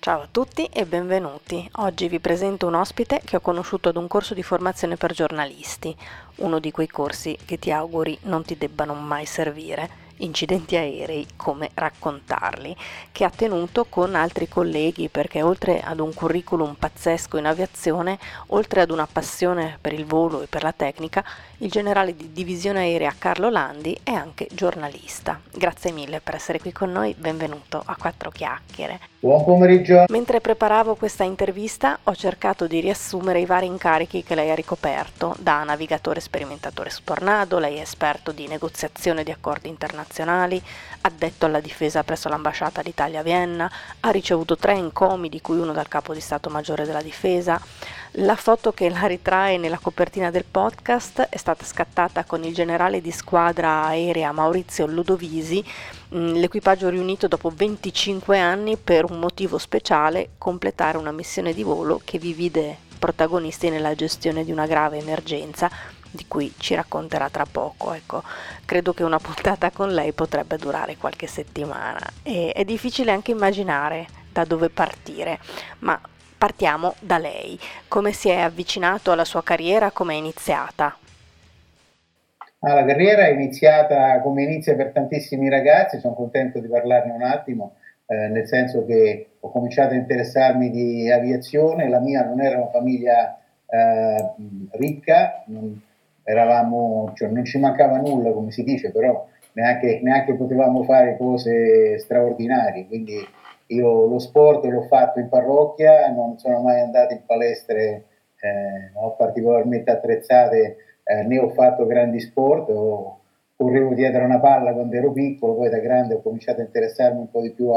Ciao a tutti e benvenuti. Oggi vi presento un ospite che ho conosciuto ad un corso di formazione per giornalisti, uno di quei corsi che ti auguri non ti debbano mai servire, incidenti aerei, come raccontarli, che ha tenuto con altri colleghi perché oltre ad un curriculum pazzesco in aviazione, oltre ad una passione per il volo e per la tecnica, il generale di divisione aerea Carlo Landi è anche giornalista. Grazie mille per essere qui con noi, benvenuto a Quattro Chiacchiere. Buon pomeriggio. Mentre preparavo questa intervista ho cercato di riassumere i vari incarichi che lei ha ricoperto, da navigatore sperimentatore su Tornado, lei è esperto di negoziazione di accordi internazionali, addetto alla difesa presso l'ambasciata d'Italia a Vienna, ha ricevuto 3 encomi di cui uno dal capo di Stato Maggiore della Difesa. La foto che la ritrae nella copertina del podcast è stata scattata con il generale di squadra aerea Maurizio Ludovisi, l'equipaggio riunito dopo 25 anni per un motivo speciale, completare una missione di volo che vi vide protagonisti nella gestione di una grave emergenza di cui ci racconterà tra poco. Ecco, credo che una puntata con lei potrebbe durare qualche settimana e è difficile anche immaginare da dove partire, ma partiamo da lei. Come si è avvicinato alla sua carriera, come è iniziata? La carriera è iniziata come inizia per tantissimi ragazzi, sono contento di parlarne un attimo, nel senso che ho cominciato a interessarmi di aviazione, la mia non era una famiglia ricca, cioè non ci mancava nulla come si dice, però neanche potevamo fare cose straordinarie, quindi io lo sport l'ho fatto in parrocchia, non sono mai andato in palestre no, particolarmente attrezzate, né ho fatto grandi sport, correvo dietro una palla quando ero piccolo, poi da grande ho cominciato a interessarmi un po' di più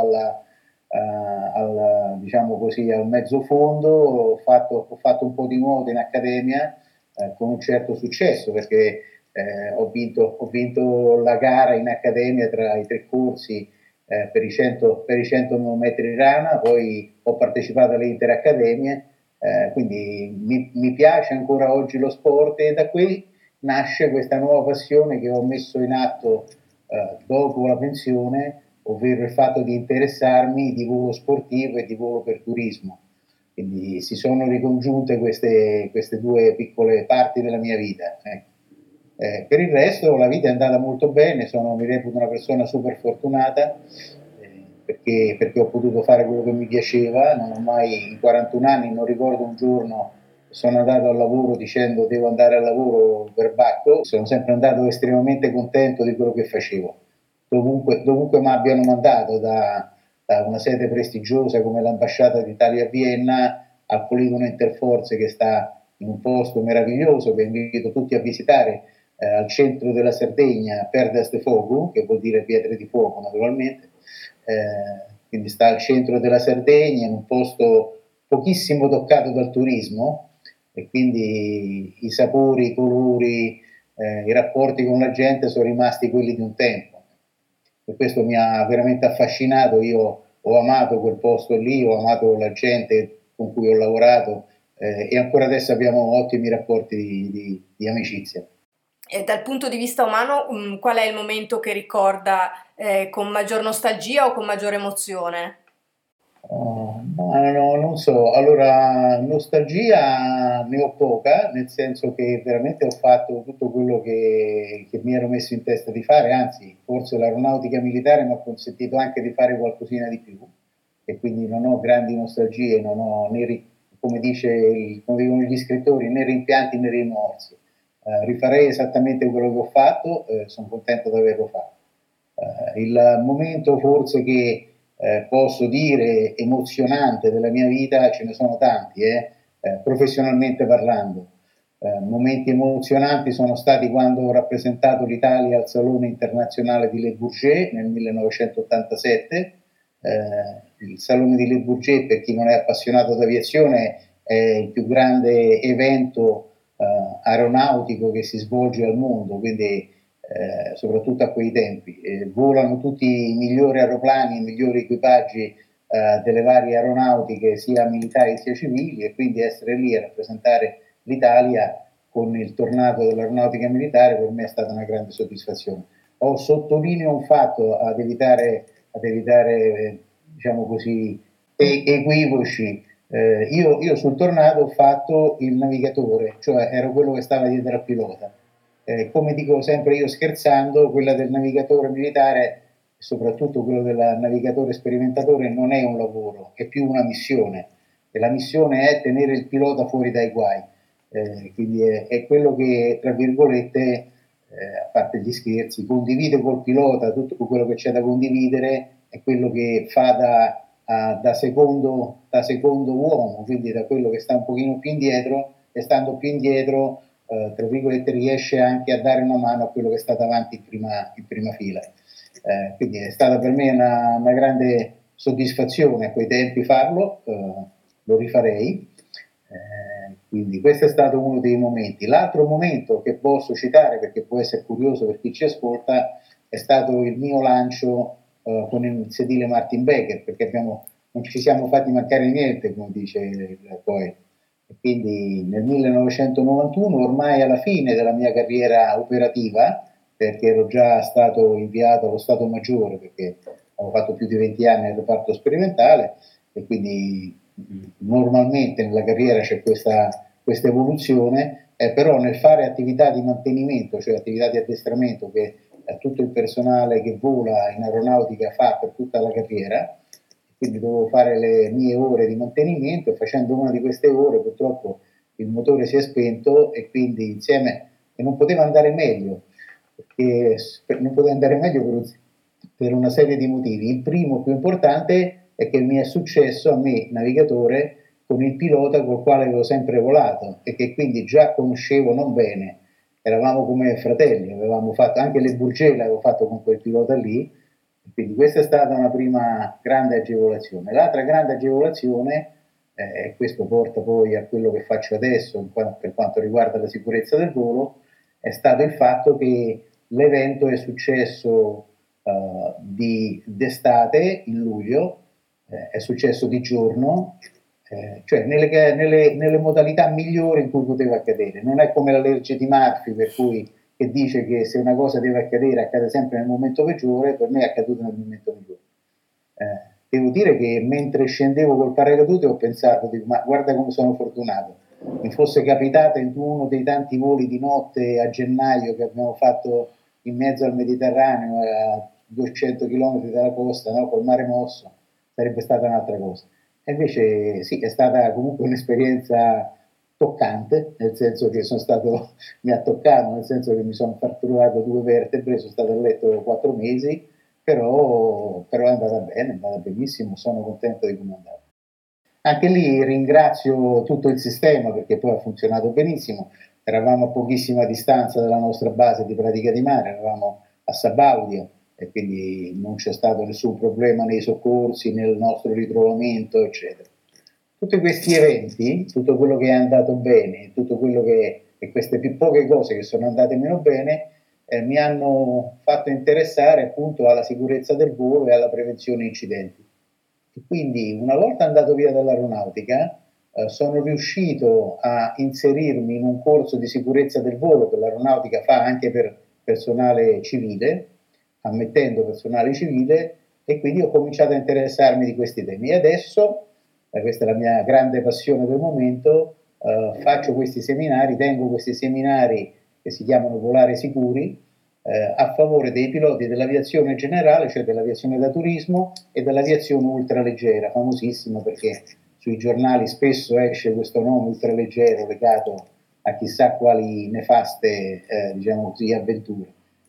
diciamo così, al mezzo fondo, ho fatto un po' di nuoto in accademia con un certo successo perché ho vinto la gara in accademia tra i 3 corsi per i 100 metri rana, poi ho partecipato alle interaccademie, quindi mi piace ancora oggi lo sport e da qui nasce questa nuova passione che ho messo in atto dopo la pensione, ovvero il fatto di interessarmi di volo sportivo e di volo per turismo. Quindi si sono ricongiunte queste due piccole parti della mia vita. Per il resto la vita è andata molto bene, mi reputo una persona super fortunata perché ho potuto fare quello che mi piaceva, non ho mai, in 41 anni non ricordo un giorno sono andato al lavoro dicendo devo andare al lavoro per bacco, sono sempre andato estremamente contento di quello che facevo, dovunque mi abbiano mandato, da una sede prestigiosa come l'ambasciata d'Italia a Vienna al poligono Interforze che sta in un posto meraviglioso che invito tutti a visitare, al centro della Sardegna, Perdas de Fogo, che vuol dire pietre di fuoco naturalmente, quindi sta al centro della Sardegna, in un posto pochissimo toccato dal turismo e quindi i sapori, i colori, i rapporti con la gente sono rimasti quelli di un tempo. E questo mi ha veramente affascinato, io ho amato quel posto lì, ho amato la gente con cui ho lavorato e ancora adesso abbiamo ottimi rapporti di amicizia. E dal punto di vista umano, qual è il momento che ricorda con maggior nostalgia o con maggiore emozione? Ma no, non so, allora nostalgia ne ho poca, nel senso che veramente ho fatto tutto quello che mi ero messo in testa di fare, anzi forse l'aeronautica militare mi ha consentito anche di fare qualcosina di più e quindi non ho grandi nostalgie, non ho come come dicono gli scrittori, né rimpianti né rimorsi. Rifarei esattamente quello che ho fatto, sono contento di averlo fatto. Il momento forse che posso dire emozionante della mia vita, ce ne sono tanti, professionalmente parlando. Momenti emozionanti sono stati quando ho rappresentato l'Italia al Salone internazionale di Le Bourget nel 1987. Il Salone di Le Bourget, per chi non è appassionato d'aviazione, è il più grande evento aeronautico che si svolge al mondo, quindi soprattutto a quei tempi. Volano tutti i migliori aeroplani, i migliori equipaggi delle varie aeronautiche, sia militari sia civili, e quindi essere lì a rappresentare l'Italia con il tornato dell'aeronautica militare per me è stata una grande soddisfazione. Sottolineo un fatto ad evitare diciamo così, equivoci. Io sul Tornado ho fatto il navigatore, cioè ero quello che stava dietro al pilota. Come dico sempre io scherzando, quella del navigatore militare, soprattutto quello del navigatore sperimentatore, non è un lavoro, è più una missione. E la missione è tenere il pilota fuori dai guai. Quindi è quello che, tra virgolette, a parte gli scherzi, condivide col pilota tutto quello che c'è da condividere, è quello che fa da secondo uomo, quindi da quello che sta un pochino più indietro, e stando più indietro, tra virgolette, riesce anche a dare una mano a quello che sta davanti in prima fila. Quindi è stata per me una grande soddisfazione a quei tempi farlo, lo rifarei. Quindi questo è stato uno dei momenti. L'altro momento che posso citare, perché può essere curioso per chi ci ascolta, è stato il mio lancio con il sedile Martin Becker, perché non ci siamo fatti mancare niente, come dice il poeta. E quindi nel 1991, ormai alla fine della mia carriera operativa, perché ero già stato inviato allo Stato Maggiore, perché avevo fatto più di 20 anni nel reparto sperimentale, e quindi normalmente nella carriera c'è questa evoluzione, però nel fare attività di mantenimento, cioè attività di addestramento che tutto il personale che vola in aeronautica fa per tutta la carriera, quindi dovevo fare le mie ore di mantenimento, e facendo una di queste ore purtroppo il motore si è spento, e quindi insieme, e non poteva andare meglio, perché non poteva andare meglio per una serie di motivi. Il primo, più importante, è che mi è successo a me, navigatore, con il pilota col quale avevo sempre volato e che quindi già conoscevo non bene. Eravamo come fratelli, avevamo fatto anche le Burgelle, avevo fatto con quel pilota lì, quindi questa è stata una prima grande agevolazione. L'altra grande agevolazione, e questo porta poi a quello che faccio adesso per quanto riguarda la sicurezza del volo, è stato il fatto che l'evento è successo d'estate, in luglio, è successo di giorno, cioè nelle modalità migliori in cui poteva accadere. Non è come la legge di Murphy, per cui che dice che se una cosa deve accadere accade sempre nel momento peggiore. Per me è accaduto nel momento migliore. Devo dire che mentre scendevo col paracadute ho pensato, ma guarda come sono fortunato, mi fosse capitata in uno dei tanti voli di notte a gennaio che abbiamo fatto in mezzo al Mediterraneo, a 200 km dalla costa, no, col mare mosso, sarebbe stata un'altra cosa. E invece sì, è stata comunque un'esperienza toccante, nel senso che mi ha toccato, nel senso che mi sono fratturato 2 vertebre, sono stato a letto 4 mesi, però è è andata benissimo, sono contento di come è andata. Anche lì ringrazio tutto il sistema, perché poi ha funzionato benissimo. Eravamo a pochissima distanza dalla nostra base di pratica di mare, eravamo a Sabaudia, e quindi non c'è stato nessun problema nei soccorsi, nel nostro ritrovamento, eccetera. Tutti questi eventi, tutto quello che è andato bene, tutto quello e queste più poche cose che sono andate meno bene, mi hanno fatto interessare appunto alla sicurezza del volo e alla prevenzione incidenti. E quindi una volta andato via dall'aeronautica, sono riuscito a inserirmi in un corso di sicurezza del volo che l'aeronautica fa anche per personale civile, ammettendo personale civile, e quindi ho cominciato a interessarmi di questi temi. E adesso, questa è la mia grande passione del momento, faccio questi seminari, tengo questi seminari che si chiamano Volare Sicuri, a favore dei piloti dell'aviazione generale, cioè dell'aviazione da turismo e dell'aviazione ultraleggera, famosissima perché sui giornali spesso esce questo nome ultraleggero legato a chissà quali nefaste diciamo così, avventure,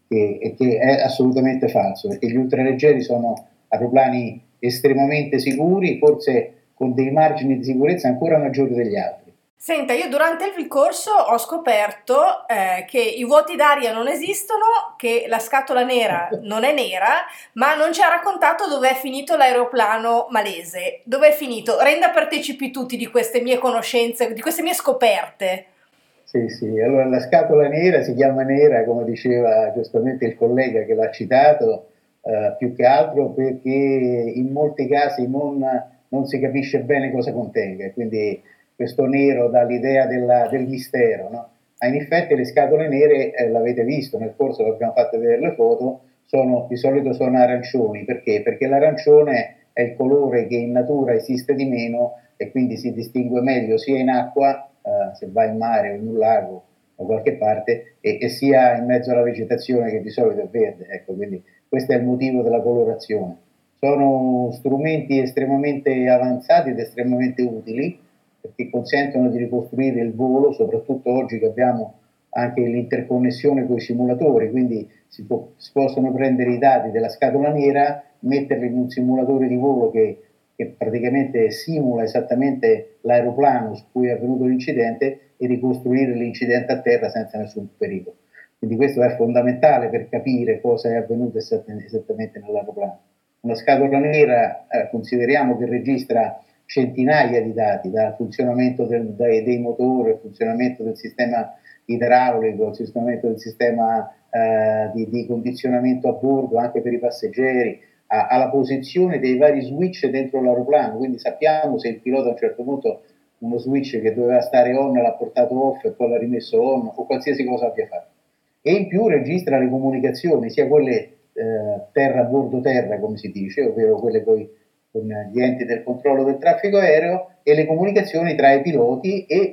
e che è assolutamente falso, perché gli ultraleggeri sono aeroplani estremamente sicuri, forse con dei margini di sicurezza ancora maggiori degli altri. Senta, io durante il corso ho scoperto che i vuoti d'aria non esistono, che la scatola nera non è nera, ma non ci ha raccontato dove è finito l'aeroplano malese. Dove è finito? Renda partecipi tutti di queste mie conoscenze, di queste mie scoperte. Sì, sì, allora la scatola nera si chiama nera, come diceva giustamente il collega che l'ha citato, più che altro perché in molti casi non si capisce bene cosa contenga, quindi questo nero dà l'idea del mistero, no? Ma in effetti le scatole nere, l'avete visto nel corso che abbiamo fatto vedere le foto, di solito sono arancioni, perché? Perché l'arancione è il colore che in natura esiste di meno e quindi si distingue meglio sia in acqua, se va in mare o in un lago da qualche parte, e sia in mezzo alla vegetazione che di solito è verde. Ecco, quindi questo è il motivo della colorazione. Sono strumenti estremamente avanzati ed estremamente utili perché consentono di ricostruire il volo, soprattutto oggi che abbiamo anche l'interconnessione con i simulatori, quindi si possono prendere i dati della scatola nera, metterli in un simulatore di volo che praticamente simula esattamente l'aeroplano su cui è avvenuto l'incidente e ricostruire l'incidente a terra senza nessun pericolo. Quindi questo è fondamentale per capire cosa è avvenuto esattamente nell'aeroplano. Una scatola nera, consideriamo che registra centinaia di dati, dal funzionamento dei motori, al funzionamento del sistema idraulico, al funzionamento del sistema di condizionamento a bordo anche per i passeggeri, alla posizione dei vari switch dentro l'aeroplano, quindi sappiamo se il pilota a un certo punto uno switch che doveva stare on l'ha portato off e poi l'ha rimesso on o qualsiasi cosa abbia fatto. E in più registra le comunicazioni, sia quelle terra bordo terra, come si dice, ovvero quelle con gli enti del controllo del traffico aereo, e le comunicazioni tra i piloti e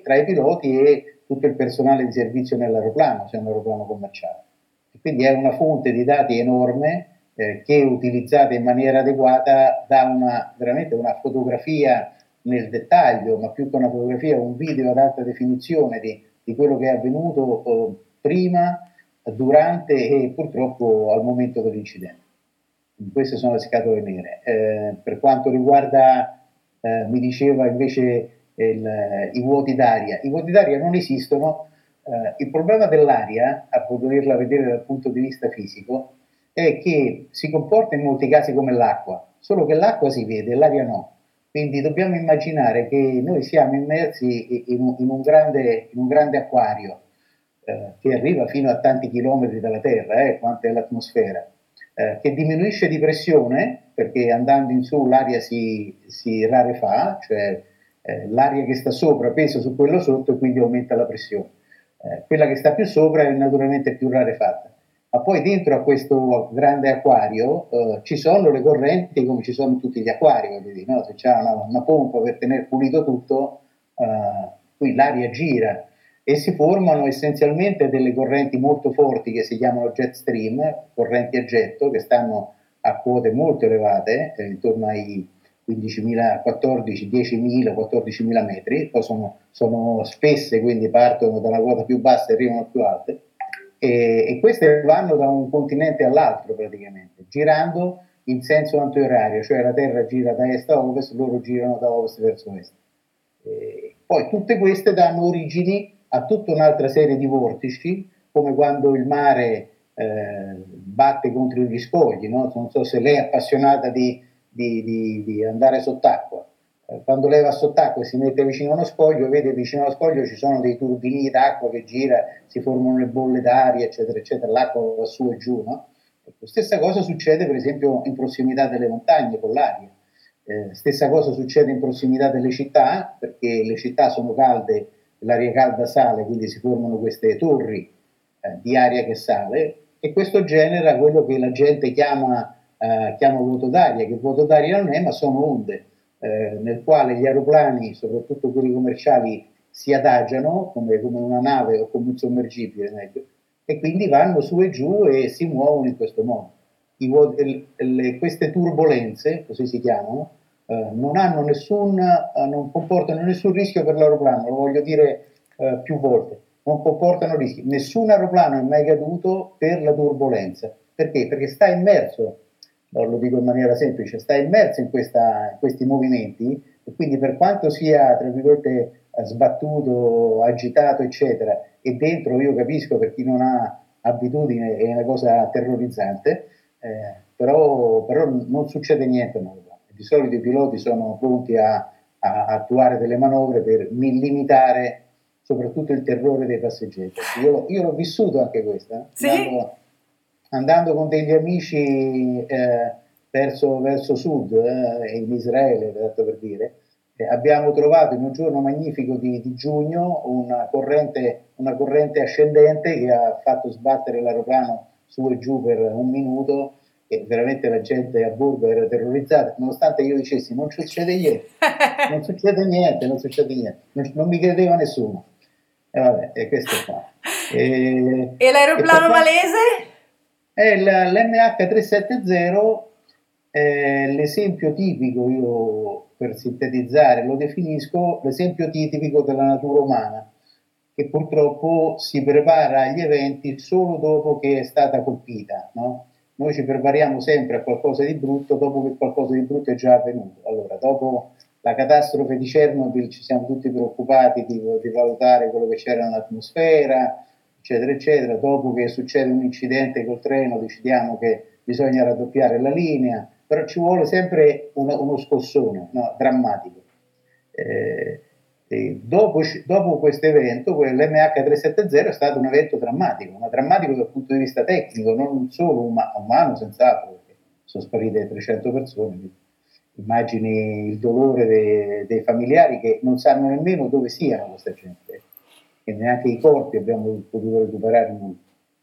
tutto il personale di servizio nell'aeroplano, se è un aeroplano commerciale. E quindi è una fonte di dati enorme che utilizzata in maniera adeguata dà veramente una fotografia nel dettaglio, ma più che una fotografia, un video ad alta definizione di quello che è avvenuto prima, durante e purtroppo al momento dell'incidente. Queste sono le scatole nere. Per quanto riguarda, mi diceva invece i vuoti d'aria non esistono. Il problema dell'aria, a poterla vedere dal punto di vista fisico, è che si comporta in molti casi come l'acqua, solo che l'acqua si vede e l'aria no. Quindi dobbiamo immaginare che noi siamo immersi in un grande acquario che arriva fino a tanti chilometri dalla Terra, quanto è l'atmosfera, che diminuisce di pressione perché andando in su l'aria si rarefà, cioè l'aria che sta sopra pesa su quello sotto e quindi aumenta la pressione. Quella che sta più sopra è naturalmente più rarefatta. Ma poi dentro a questo grande acquario ci sono le correnti come ci sono in tutti gli acquari, dire, no? Se c'è una pompa per tenere pulito tutto, qui l'aria gira e si formano essenzialmente delle correnti molto forti che si chiamano jet stream, correnti a getto che stanno a quote molto elevate, intorno ai 15.000, 14, 10.000, 14.000 metri, poi sono spesse, quindi partono dalla quota più bassa e arrivano più alte, e queste vanno da un continente all'altro praticamente, girando in senso antiorario, cioè la Terra gira da est a ovest, loro girano da ovest verso est. Poi tutte queste danno origini a tutta un'altra serie di vortici, come quando il mare batte contro gli scogli, no? Non so se lei è appassionata di andare sott'acqua. Quando lei va sott'acqua e si mette vicino a uno scoglio, vede vicino allo scoglio ci sono dei turbini d'acqua che gira, si formano le bolle d'aria, eccetera, eccetera, l'acqua va su e giù, no? Ecco, stessa cosa succede per esempio in prossimità delle montagne con l'aria. Stessa cosa succede in prossimità delle città, perché le città sono calde, l'aria calda sale, quindi si formano queste torri di aria che sale, e questo genera quello che la gente chiama vuoto d'aria, che vuoto d'aria non è, ma sono onde, nel quale gli aeroplani, soprattutto quelli commerciali, si adagiano come una nave o come un sommergibile, meglio, e quindi vanno su e giù e si muovono in questo modo. Queste turbolenze, così si chiamano, non comportano nessun rischio per l'aeroplano, lo voglio dire più volte, non comportano rischi. Nessun aeroplano è mai caduto per la turbolenza. Perché? Perché sta immerso, lo dico in maniera semplice, sta immerso in questi movimenti e quindi per quanto sia, tra virgolette, sbattuto, agitato, eccetera, e dentro io capisco per chi non ha abitudine è una cosa terrorizzante, però non succede niente. Di solito i piloti sono pronti a attuare delle manovre per limitare soprattutto il terrore dei passeggeri. Io l'ho vissuto anche questa, sì? andando con degli amici verso sud, in Israele, tanto per dire, abbiamo trovato in un giorno magnifico di giugno una corrente ascendente che ha fatto sbattere l'aeroplano su e giù per un minuto che veramente la gente a bordo era terrorizzata, nonostante io dicessi non succede niente, non succede niente, non succede niente, non mi credeva nessuno. E vabbè, e questo qua. E l'aeroplano malese? L'MH370 è l'esempio tipico, io per sintetizzare lo definisco l'esempio tipico della natura umana, che purtroppo si prepara agli eventi solo dopo che è stata colpita, no? Noi ci prepariamo sempre a qualcosa di brutto dopo che qualcosa di brutto è già avvenuto. Allora, dopo la catastrofe di Chernobyl ci siamo tutti preoccupati di valutare quello che c'era nell'atmosfera, eccetera, eccetera. Dopo che succede un incidente col treno decidiamo che bisogna raddoppiare la linea, però ci vuole sempre uno scossone, no? Drammatico. Dopo questo evento, l'MH370 è stato un evento drammatico, ma drammatico dal punto di vista tecnico, non solo umano, senz'altro, perché sono sparite 300 persone. Immagini il dolore dei familiari che non sanno nemmeno dove siano questa gente, e neanche i corpi abbiamo potuto recuperare nulla.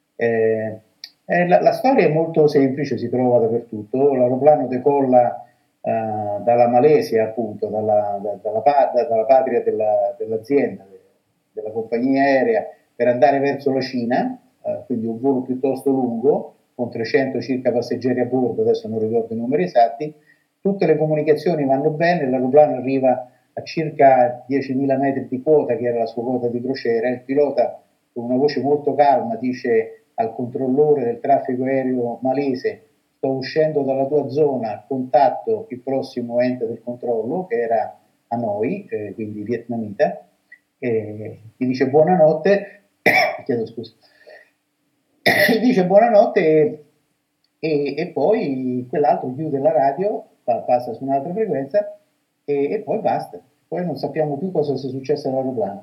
La storia è molto semplice, si trova dappertutto. L'aeroplano decolla dalla Malesia, appunto, dalla patria dell'azienda, della compagnia aerea, per andare verso la Cina, quindi un volo piuttosto lungo, con 300 circa passeggeri a bordo, adesso non ricordo i numeri esatti. Tutte le comunicazioni vanno bene, l'aeroplano arriva a circa 10.000 metri di quota, che era la sua quota di crociera. Il pilota, con una voce molto calma, dice al controllore del traffico aereo malese: sto uscendo dalla tua zona, contatto il prossimo ente del controllo, che era Hanoi, quindi vietnamita, gli dice buonanotte, chiedo scusa, gli dice buonanotte e poi quell'altro chiude la radio, passa su un'altra frequenza e poi basta. Poi non sappiamo più cosa sia successo all'aeroplano.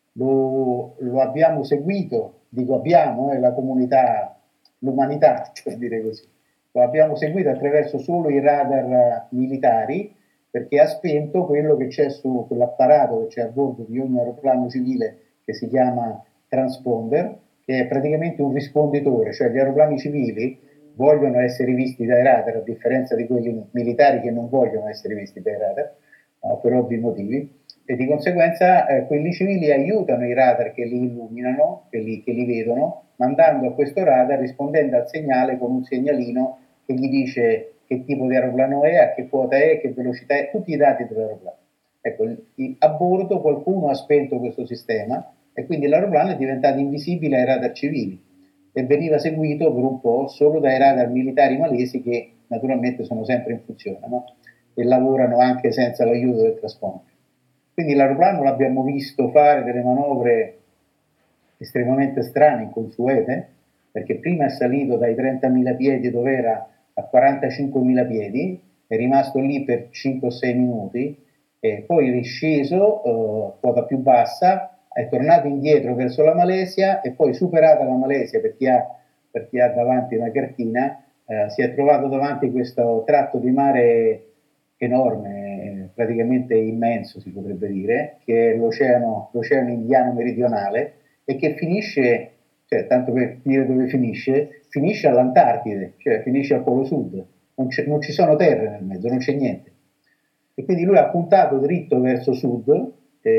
Lo abbiamo seguito, dico abbiamo, la comunità, l'umanità, per dire così. Lo abbiamo seguito attraverso solo i radar militari, perché ha spento quello che c'è su quell'apparato che c'è a bordo di ogni aeroplano civile, che si chiama transponder, che è praticamente un risponditore, cioè gli aeroplani civili vogliono essere visti dai radar, a differenza di quelli militari che non vogliono essere visti dai radar, no, per ovvi motivi, e di conseguenza quelli civili aiutano i radar che li illuminano, che li vedono, mandando a questo radar, rispondendo al segnale con un segnalino che gli dice che tipo di aeroplano è, a che quota è, che velocità è, tutti i dati dell'aeroplano. Ecco, a bordo qualcuno ha spento questo sistema e quindi l'aeroplano è diventato invisibile ai radar civili e veniva seguito per un po' solo dai radar militari malesi, che naturalmente sono sempre in funzione, no? E lavorano anche senza l'aiuto del trasponder. Quindi l'aeroplano l'abbiamo visto fare delle manovre estremamente strane, inconsuete, perché prima è salito dai 30.000 piedi dove era a 45.000 piedi, è rimasto lì per 5-6 minuti, e poi è risceso, quota più bassa, è tornato indietro verso la Malesia e poi, superata la Malesia per chi ha davanti una cartina, si è trovato davanti questo tratto di mare enorme, praticamente immenso si potrebbe dire, che è l'oceano Indiano meridionale, e che finisce, cioè, tanto per dire dove finisce all'Antartide, cioè finisce al Polo Sud, non ci sono terre nel mezzo, non c'è niente. E quindi lui ha puntato dritto verso sud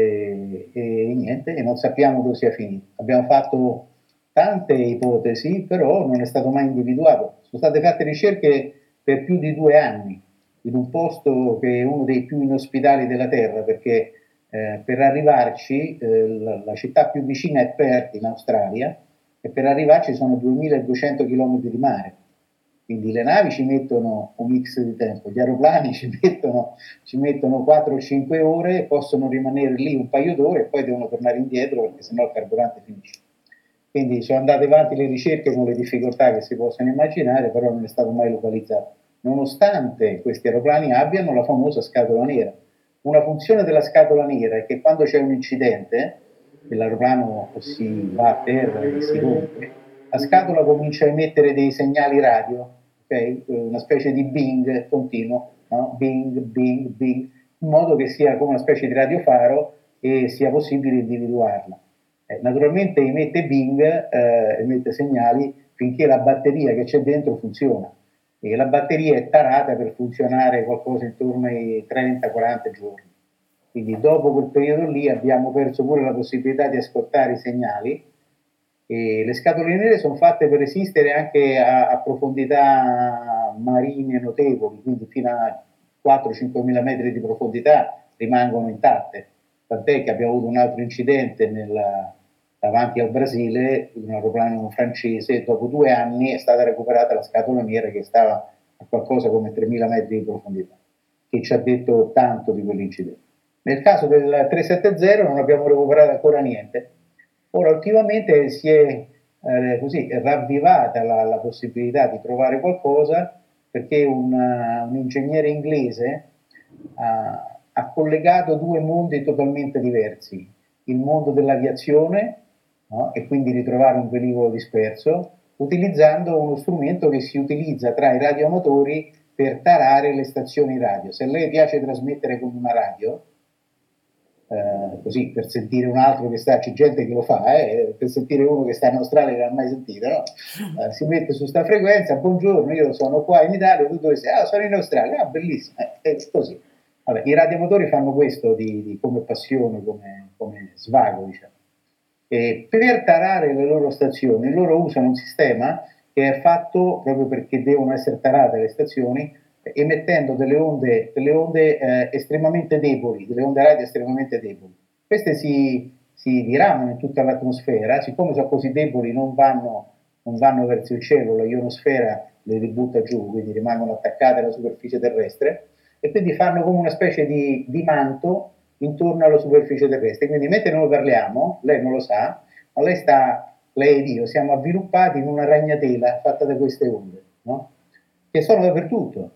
e niente, e non sappiamo dove sia finito. Abbiamo fatto tante ipotesi, però non è stato mai individuato. Sono state fatte ricerche per più di 2 anni in un posto che è uno dei più inospitali della Terra, perché per arrivarci la città più vicina è Perth in Australia, e per arrivarci sono 2200 km di mare. Quindi le navi ci mettono un X di tempo, gli aeroplani ci mettono 4 o 5 ore, possono rimanere lì un paio d'ore e poi devono tornare indietro perché sennò il carburante finisce. Quindi sono andate avanti le ricerche con le difficoltà che si possono immaginare, però non è stato mai localizzato, nonostante questi aeroplani abbiano la famosa scatola nera. Una funzione della scatola nera è che quando c'è un incidente e l'aeroplano si va a terra e si rompe, la scatola comincia a emettere dei segnali radio, okay? Una specie di bing continuo, no? Bing, bing, bing, in modo che sia come una specie di radiofaro e sia possibile individuarla. Naturalmente emette bing, emette segnali finché la batteria che c'è dentro funziona. e la batteria è tarata per funzionare qualcosa intorno ai 30-40 giorni. Quindi dopo quel periodo lì abbiamo perso pure la possibilità di ascoltare i segnali, e le scatole nere sono fatte per resistere anche a profondità marine notevoli, quindi fino a 4-5 mila metri di profondità rimangono intatte. Tant'è che abbiamo avuto un altro incidente davanti al Brasile, un aeroplano francese, dopo 2 anni è stata recuperata la scatola nera che stava a qualcosa come 3.000 metri di profondità, che ci ha detto tanto di quell'incidente. Nel caso del 370 non abbiamo recuperato ancora niente. Ora ultimamente si è così ravvivata la possibilità di trovare qualcosa, perché un ingegnere inglese ha collegato 2 mondi totalmente diversi: il mondo dell'aviazione, no? E quindi ritrovare un velivolo disperso utilizzando uno strumento che si utilizza tra i radioamatori per tarare le stazioni radio. Se a lei piace trasmettere con una radio, così per sentire un altro che sta, c'è gente che lo fa, per sentire uno che sta in Australia che non ha mai sentito, no? Si mette su sta frequenza: buongiorno, io sono qua in Italia, tu dove sei? Ah, sono in Australia, ah, bellissimo, è così. Vabbè, i radiomotori fanno questo come passione, come svago, diciamo. E per tarare le loro stazioni, loro usano un sistema che è fatto proprio perché devono essere tarate le stazioni, emettendo delle onde estremamente deboli, delle onde radio estremamente deboli. Queste si diramano in tutta l'atmosfera, siccome sono così deboli non vanno verso il cielo, la ionosfera le ributta giù, quindi rimangono attaccate alla superficie terrestre, e quindi fanno come una specie di manto intorno alla superficie terrestre. Quindi mentre noi parliamo, lei non lo sa, ma lei ed io siamo avviluppati in una ragnatela fatta da queste onde, no? Che sono dappertutto.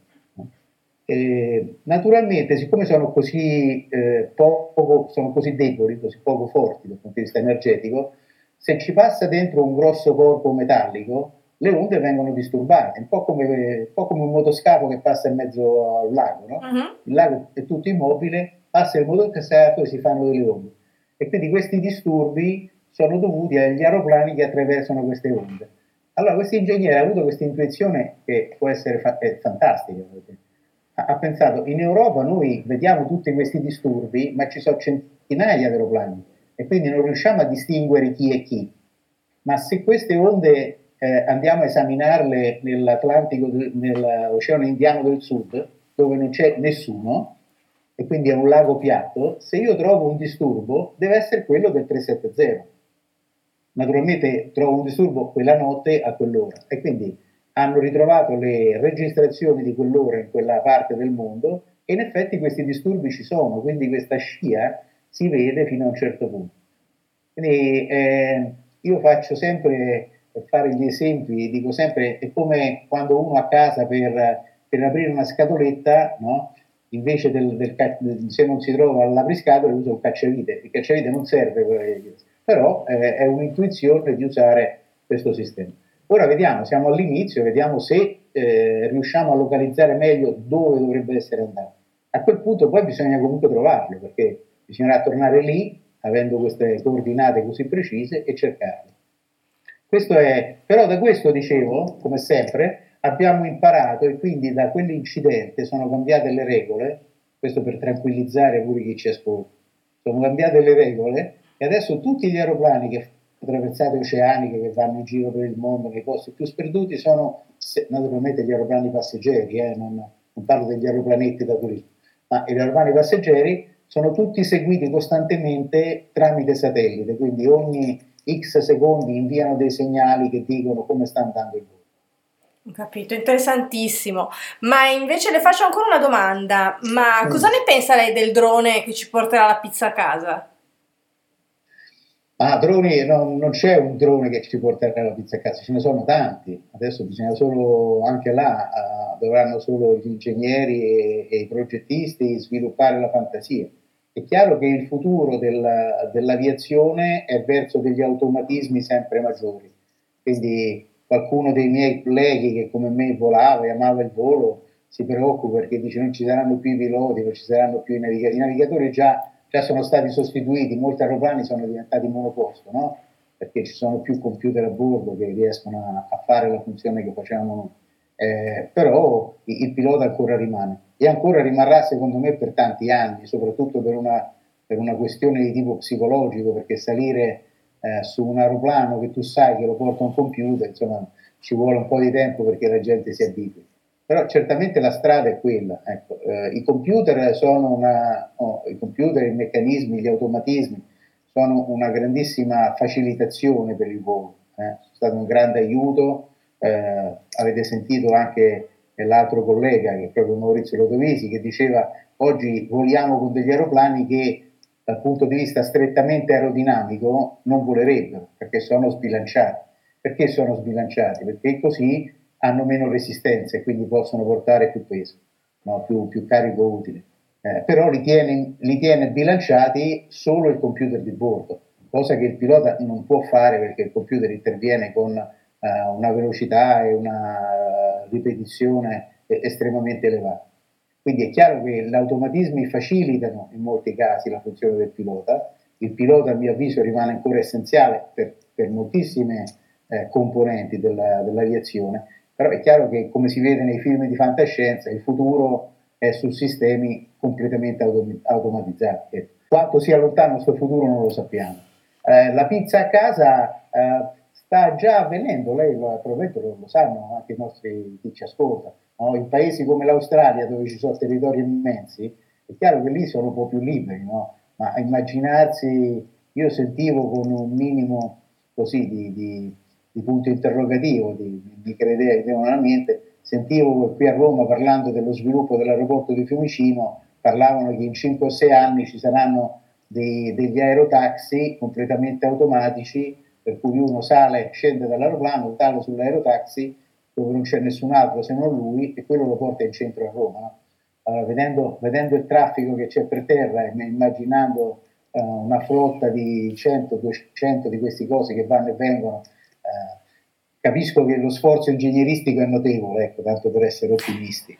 Naturalmente, siccome sono così sono così deboli, così poco forti dal punto di vista energetico, se ci passa dentro un grosso corpo metallico, le onde vengono disturbate, un po' come un motoscafo che passa in mezzo al lago, no? Mhm. Il lago è tutto immobile, passa il motoscafo e si fanno delle onde. E quindi questi disturbi sono dovuti agli aeroplani che attraversano queste onde. Allora, questo ingegnere ha avuto questa intuizione che può essere fantastica. Ha pensato: in Europa noi vediamo tutti questi disturbi, ma ci sono centinaia di aeroplani e quindi non riusciamo a distinguere chi è chi. Ma se queste onde andiamo a esaminarle nell'Atlantico, nell'Oceano Indiano del Sud, dove non c'è nessuno, e quindi è un lago piatto, se io trovo un disturbo deve essere quello del 370. Naturalmente trovo un disturbo quella notte a quell'ora, e quindi hanno ritrovato le registrazioni di quell'ora in quella parte del mondo, e in effetti questi disturbi ci sono, quindi questa scia si vede fino a un certo punto. Quindi io faccio sempre, per fare gli esempi, dico sempre: è come quando uno a casa per aprire una scatoletta, no? Invece se non si trova l'apriscatole usa un cacciavite. Il cacciavite non serve, però è un'intuizione di usare questo sistema. Ora vediamo, siamo all'inizio, vediamo se riusciamo a localizzare meglio dove dovrebbe essere andato. A quel punto poi bisogna comunque trovarlo, perché bisognerà tornare lì, avendo queste coordinate così precise, e cercarlo. Però da questo, dicevo, come sempre, abbiamo imparato, e quindi da quell'incidente sono cambiate le regole, questo per tranquillizzare pure chi ci ascolta. Sono cambiate le regole e adesso tutti gli aeroplani che attraversate oceaniche, che vanno in giro per il mondo nei posti più sperduti, sono naturalmente gli aeroplani passeggeri, non parlo degli aeroplanetti da turismo, ma gli aeroplani passeggeri sono tutti seguiti costantemente tramite satellite, quindi ogni X secondi inviano dei segnali che dicono come sta andando il volo. Ho capito, interessantissimo. Ma invece le faccio ancora una domanda. Ma cosa ne pensa lei del drone che ci porterà la pizza a casa? Ma droni, non c'è un drone che ci porterà la pizza a casa, ce ne sono tanti. Adesso bisogna solo, anche là, dovranno solo gli ingegneri e i progettisti sviluppare la fantasia. È chiaro che il futuro dell'aviazione è verso degli automatismi sempre maggiori. Quindi qualcuno dei miei colleghi che come me volava e amava il volo si preoccupa, perché dice: non ci saranno più i piloti, non ci saranno più i navigatori. I navigatori già sono stati sostituiti, molti aeroplani sono diventati monoposto, no? Perché ci sono più computer a bordo che riescono a fare la funzione che facevamo noi. però il pilota ancora rimane e ancora rimarrà secondo me per tanti anni, soprattutto per una questione di tipo psicologico, perché salire su un aeroplano che tu sai che lo porta un computer, insomma ci vuole un po' di tempo perché la gente si abitui. Però certamente la strada è quella. Ecco, i computer sono i computer, i meccanismi, gli automatismi sono una grandissima facilitazione per il volo. Sono stato un grande aiuto. Avete sentito anche l'altro collega, che è proprio Maurizio Lodovisi, che diceva oggi voliamo con degli aeroplani che dal punto di vista strettamente aerodinamico non volerebbero perché sono sbilanciati. Perché sono sbilanciati? Perché così hanno meno resistenza e quindi possono portare più peso, no? più carico utile. Però li tiene bilanciati solo il computer di bordo, cosa che il pilota non può fare perché il computer interviene con una velocità e una ripetizione estremamente elevata. Quindi è chiaro che gli automatismi facilitano in molti casi la funzione del pilota. Il pilota, a mio avviso, rimane ancora essenziale per moltissime componenti dell'aviazione, però è chiaro che, come si vede nei film di fantascienza, il futuro è su sistemi completamente automatizzati. Quanto sia lontano questo futuro non lo sappiamo. La pizza a casa sta già avvenendo, lei probabilmente lo sanno anche i nostri chi ci ascolta, no? In paesi come l'Australia, dove ci sono territori immensi, è chiaro che lì sono un po' più liberi, no? Ma immaginarsi, io sentivo con un minimo così di punto interrogativo, mi credevano nella mente, sentivo qui a Roma parlando dello sviluppo dell'aeroporto di Fiumicino, parlavano che in 5 o 6 anni ci saranno degli aerotaxi completamente automatici, per cui uno sale, scende dall'aeroplano, sale sull'aerotaxi dove non c'è nessun altro se non lui e quello lo porta in centro a Roma. No? Allora, vedendo il traffico che c'è per terra e immaginando una flotta di 100-200 di questi cosi che vanno e vengono, capisco che lo sforzo ingegneristico è notevole, ecco, tanto per essere ottimisti.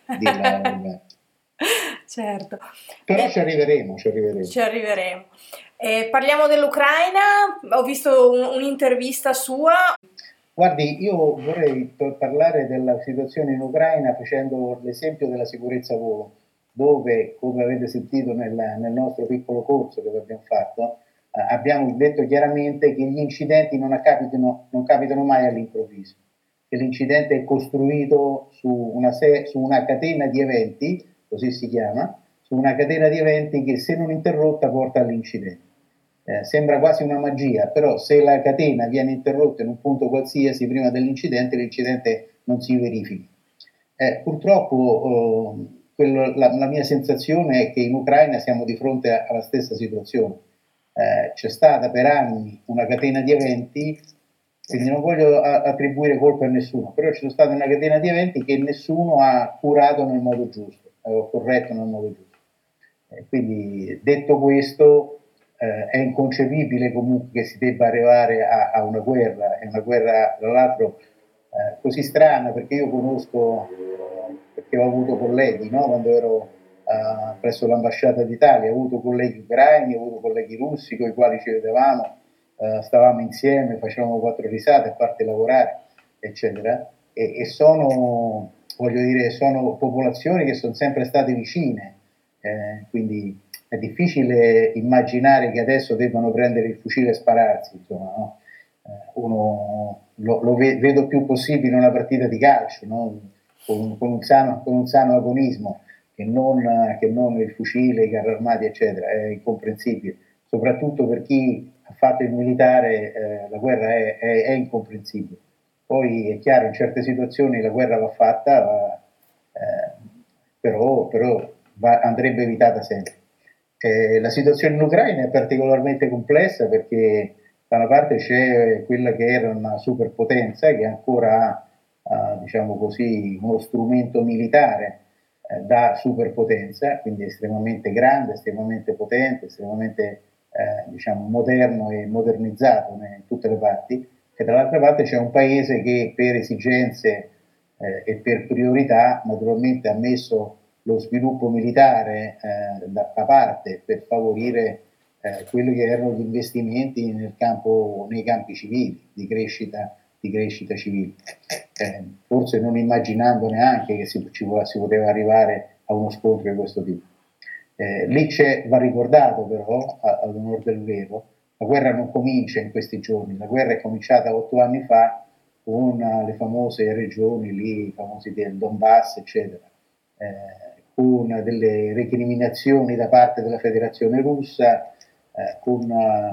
Certo. Però ci arriveremo. Ci arriveremo. Parliamo dell'Ucraina, ho visto un'intervista sua. Guardi, io vorrei parlare della situazione in Ucraina facendo l'esempio della sicurezza volo, dove, come avete sentito nel nostro piccolo corso che abbiamo fatto, abbiamo detto chiaramente che gli incidenti non capitano mai all'improvviso, che l'incidente è costruito su una catena di eventi, così si chiama, su una catena di eventi che se non interrotta porta all'incidente. Sembra quasi una magia, però se la catena viene interrotta in un punto qualsiasi prima dell'incidente, l'incidente non si verifica. Purtroppo la mia sensazione è che in Ucraina siamo di fronte alla stessa situazione. C'è stata per anni una catena di eventi, quindi non voglio attribuire colpa a nessuno, però c'è stata una catena di eventi che nessuno ha curato nel modo giusto, corretto nel modo giusto. Quindi detto questo, è inconcepibile comunque che si debba arrivare a una guerra, è una guerra tra l'altro così strana perché io conosco, perché ho avuto colleghi, no? Quando ero presso l'ambasciata d'Italia, ho avuto colleghi ucraini, ho avuto colleghi russi con i quali ci vedevamo, stavamo insieme, facevamo 4 risate a parte lavorare, eccetera, e voglio dire, sono popolazioni che sono sempre state vicine, quindi è difficile immaginare che adesso debbano prendere il fucile e spararsi, insomma, no? Uno lo vedo più possibile una partita di calcio, no? con un sano agonismo, che non il fucile, i carri armati, eccetera, è incomprensibile, soprattutto per chi ha fatto il militare, la guerra è incomprensibile. Poi è chiaro, in certe situazioni la guerra va fatta, però andrebbe evitata sempre. La situazione in Ucraina è particolarmente complessa perché da una parte c'è quella che era una superpotenza che ancora ha diciamo così, uno strumento militare da superpotenza, quindi estremamente grande, estremamente potente, estremamente diciamo, moderno e modernizzato in tutte le parti, e dall'altra parte c'è un paese che per esigenze e per priorità naturalmente ha messo lo sviluppo militare da parte per favorire quelli che erano gli investimenti nei campi civili, di crescita di crescita civile, forse non immaginando neanche che si poteva arrivare a uno scontro di questo tipo. Lì va ricordato però, all'onore del vero, la guerra non comincia in questi giorni, la guerra è cominciata 8 anni fa con le famose regioni lì, i famosi del Donbass, eccetera, con delle recriminazioni da parte della Federazione Russa, con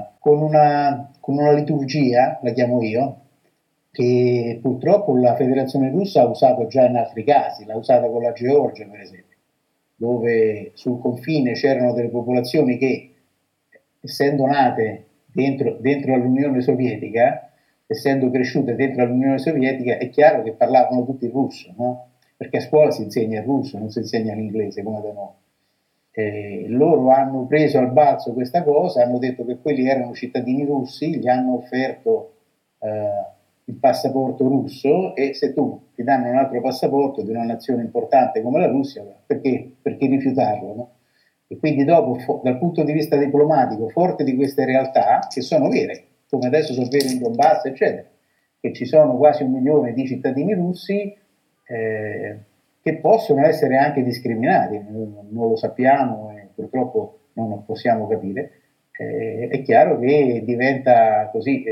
una liturgia, la chiamo io, che purtroppo la Federazione Russa ha usato già in altri casi, l'ha usata con la Georgia per esempio, dove sul confine c'erano delle popolazioni che, essendo nate dentro all'Unione Sovietica, essendo cresciute dentro all'Unione Sovietica, è chiaro che parlavano tutti il russo, no? Perché a scuola si insegna il russo, non si insegna l'inglese come da noi. Loro hanno preso al balzo questa cosa, hanno detto che quelli erano cittadini russi, gli hanno offerto il passaporto russo, e se tu ti danno un altro passaporto di una nazione importante come la Russia, perché rifiutarlo? No? E quindi dopo, dal punto di vista diplomatico, forte di queste realtà, che sono vere, come adesso sono vere in Donbass, eccetera, che ci sono quasi 1 milione di cittadini russi che possono essere anche discriminati, non lo sappiamo e purtroppo non lo possiamo capire, è chiaro che diventa così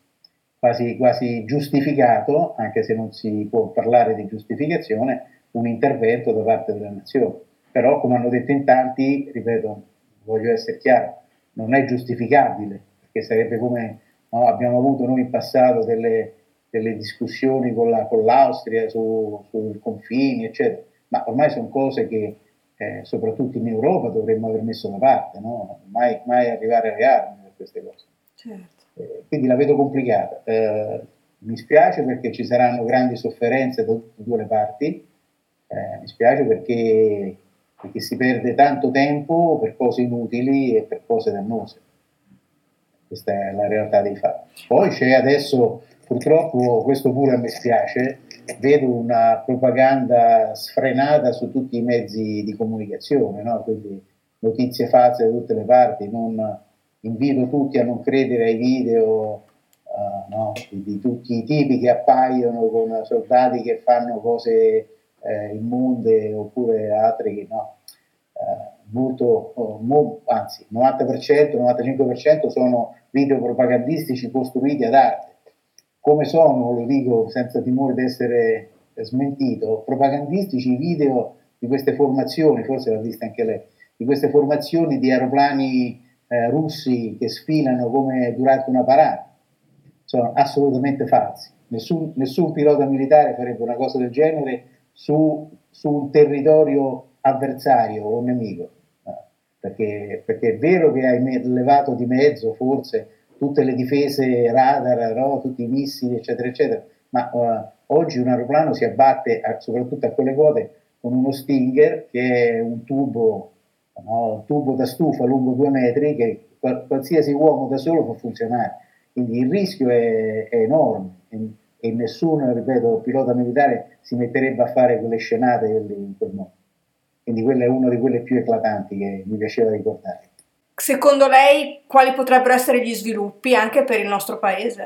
quasi giustificato, anche se non si può parlare di giustificazione, un intervento da parte della nazione. Però, come hanno detto in tanti, ripeto, voglio essere chiaro, non è giustificabile, perché sarebbe come abbiamo avuto noi in passato delle discussioni con l'Austria sui confini, eccetera, ma ormai sono cose che soprattutto in Europa dovremmo aver messo da parte, no? mai arrivare alle armi per queste cose. Certo. Quindi la vedo complicata. Mi spiace perché ci saranno grandi sofferenze da tutte e due le parti, mi spiace perché si perde tanto tempo per cose inutili e per cose dannose. Questa è la realtà dei fatti. Poi c'è adesso, purtroppo, questo pure a me spiace, vedo una propaganda sfrenata su tutti i mezzi di comunicazione, no? Quindi notizie false da tutte le parti. Invito tutti a non credere ai video no? di tutti i tipi che appaiono con soldati che fanno cose immonde, oppure altri che no. Anzi, 90%, 95% sono video propagandistici costruiti ad arte. Come sono, lo dico senza timore di essere smentito, propagandistici i video di queste formazioni, forse l'ha vista anche lei, di queste formazioni di aeroplani russi che sfilano come durante una parata. Sono assolutamente falsi. Nessun pilota militare farebbe una cosa del genere su un territorio avversario o nemico, perché è vero che hai levato di mezzo forse tutte le difese radar, no? Tutti i missili, eccetera, eccetera, ma oggi un aeroplano si abbatte, soprattutto a quelle quote, con uno Stinger, che è un tubo da stufa lungo 2 metri, che qualsiasi uomo da solo fa funzionare. Quindi il rischio è enorme e nessun, ripeto, pilota militare si metterebbe a fare quelle scenate in quel modo. Quindi quella è una di quelle più eclatanti che mi piaceva ricordare. Secondo lei quali potrebbero essere gli sviluppi anche per il nostro paese?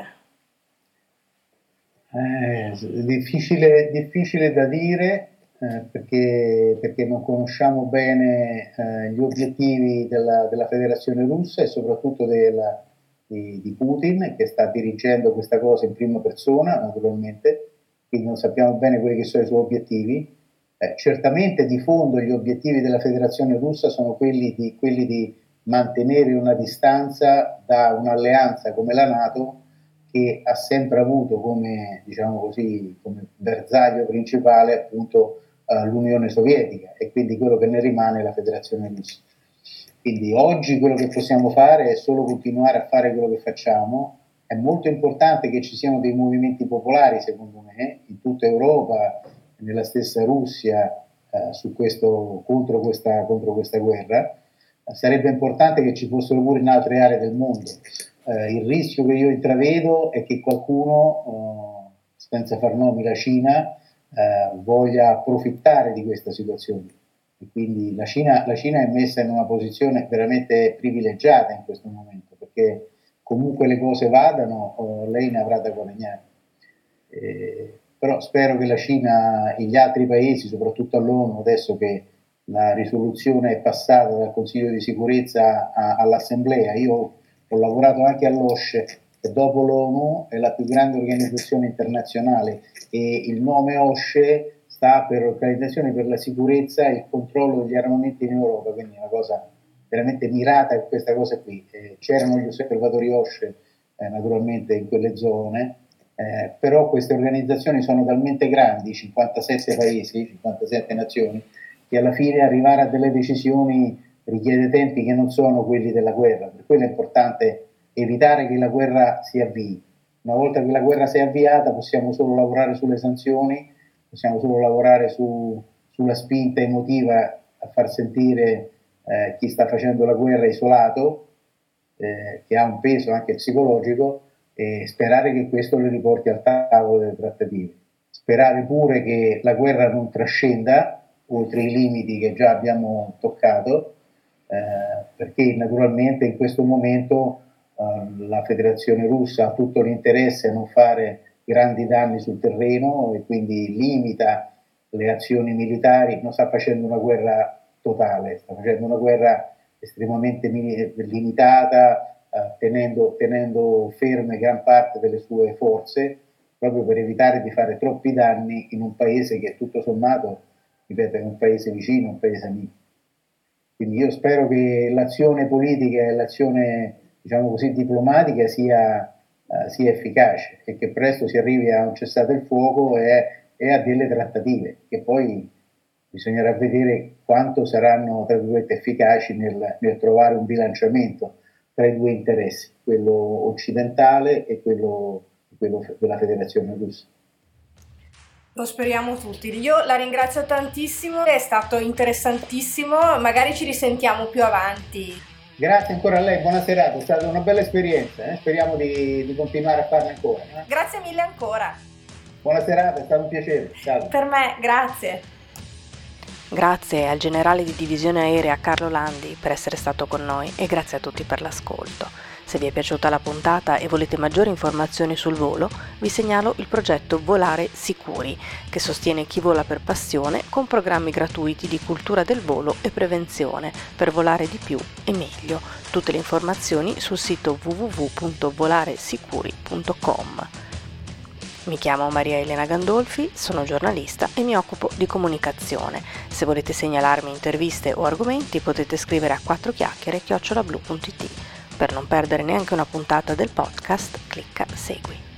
Difficile da dire perché non conosciamo bene gli obiettivi della Federazione Russa e soprattutto di Putin, che sta dirigendo questa cosa in prima persona, naturalmente, quindi non sappiamo bene quelli che sono i suoi obiettivi. Certamente di fondo gli obiettivi della Federazione Russa sono quelli di mantenere una distanza da un'alleanza come la NATO, che ha sempre avuto come, diciamo così, come bersaglio principale appunto l'Unione Sovietica, e quindi quello che ne rimane è la Federazione Russa. Quindi oggi quello che possiamo fare è solo continuare a fare quello che facciamo. È molto importante che ci siano dei movimenti popolari, secondo me, in tutta Europa, nella stessa Russia, contro questa guerra. Sarebbe importante che ci fossero pure in altre aree del mondo. Il rischio che io intravedo è che qualcuno, senza far nomi la Cina, voglia approfittare di questa situazione. E quindi la Cina è messa in una posizione veramente privilegiata in questo momento, perché comunque le cose vadano, lei ne avrà da guadagnare. Però spero che la Cina e gli altri paesi, soprattutto all'ONU, adesso che la risoluzione è passata dal Consiglio di sicurezza all'Assemblea, io ho lavorato anche all'OSCE, che dopo l'ONU è la più grande organizzazione internazionale, e il nome OSCE sta per Organizzazione per la sicurezza e il controllo degli armamenti in Europa, quindi è una cosa veramente mirata questa cosa qui. C'erano gli osservatori OSCE naturalmente in quelle zone, però queste organizzazioni sono talmente grandi, 57 paesi, 57 nazioni, che alla fine arrivare a delle decisioni richiede tempi che non sono quelli della guerra. Per quello è importante evitare che la guerra si avvii. Una volta che la guerra si è avviata possiamo solo lavorare sulle sanzioni, possiamo solo lavorare sulla spinta emotiva a far sentire chi sta facendo la guerra isolato, che ha un peso anche psicologico, e sperare che questo le riporti al tavolo delle trattative. Sperare pure che la guerra non trascenda oltre i limiti che già abbiamo toccato, perché naturalmente in questo momento la Federazione Russa ha tutto l'interesse a non fare grandi danni sul terreno e quindi limita le azioni militari, non sta facendo una guerra totale, sta facendo una guerra estremamente limitata, tenendo ferme gran parte delle sue forze, proprio per evitare di fare troppi danni in un paese che tutto sommato, ripeto, è un paese vicino, un paese amico. Quindi io spero che l'azione politica e l'azione, diciamo così, diplomatica sia efficace e che presto si arrivi a un cessate il fuoco e a delle trattative, che poi bisognerà vedere quanto saranno, tra virgolette, efficaci nel trovare un bilanciamento tra i due interessi, quello occidentale e quello della Federazione Russa. Lo speriamo tutti. Io la ringrazio tantissimo, è stato interessantissimo, magari ci risentiamo più avanti. Grazie ancora a lei, buona serata, è stata una bella esperienza, speriamo di continuare a farne ancora. Grazie mille ancora. Buona serata, è stato un piacere. Ciao. Per me, grazie. Grazie al generale di divisione aerea Carlo Landi per essere stato con noi e grazie a tutti per l'ascolto. Se vi è piaciuta la puntata e volete maggiori informazioni sul volo, vi segnalo il progetto Volare Sicuri, che sostiene chi vola per passione con programmi gratuiti di cultura del volo e prevenzione per volare di più e meglio. Tutte le informazioni sul sito www.volaresicuri.com. Mi chiamo Maria Elena Gandolfi, sono giornalista e mi occupo di comunicazione. Se volete segnalarmi interviste o argomenti potete scrivere a 4chiacchiere@blu.it. Per non perdere neanche una puntata del podcast, clicca Segui.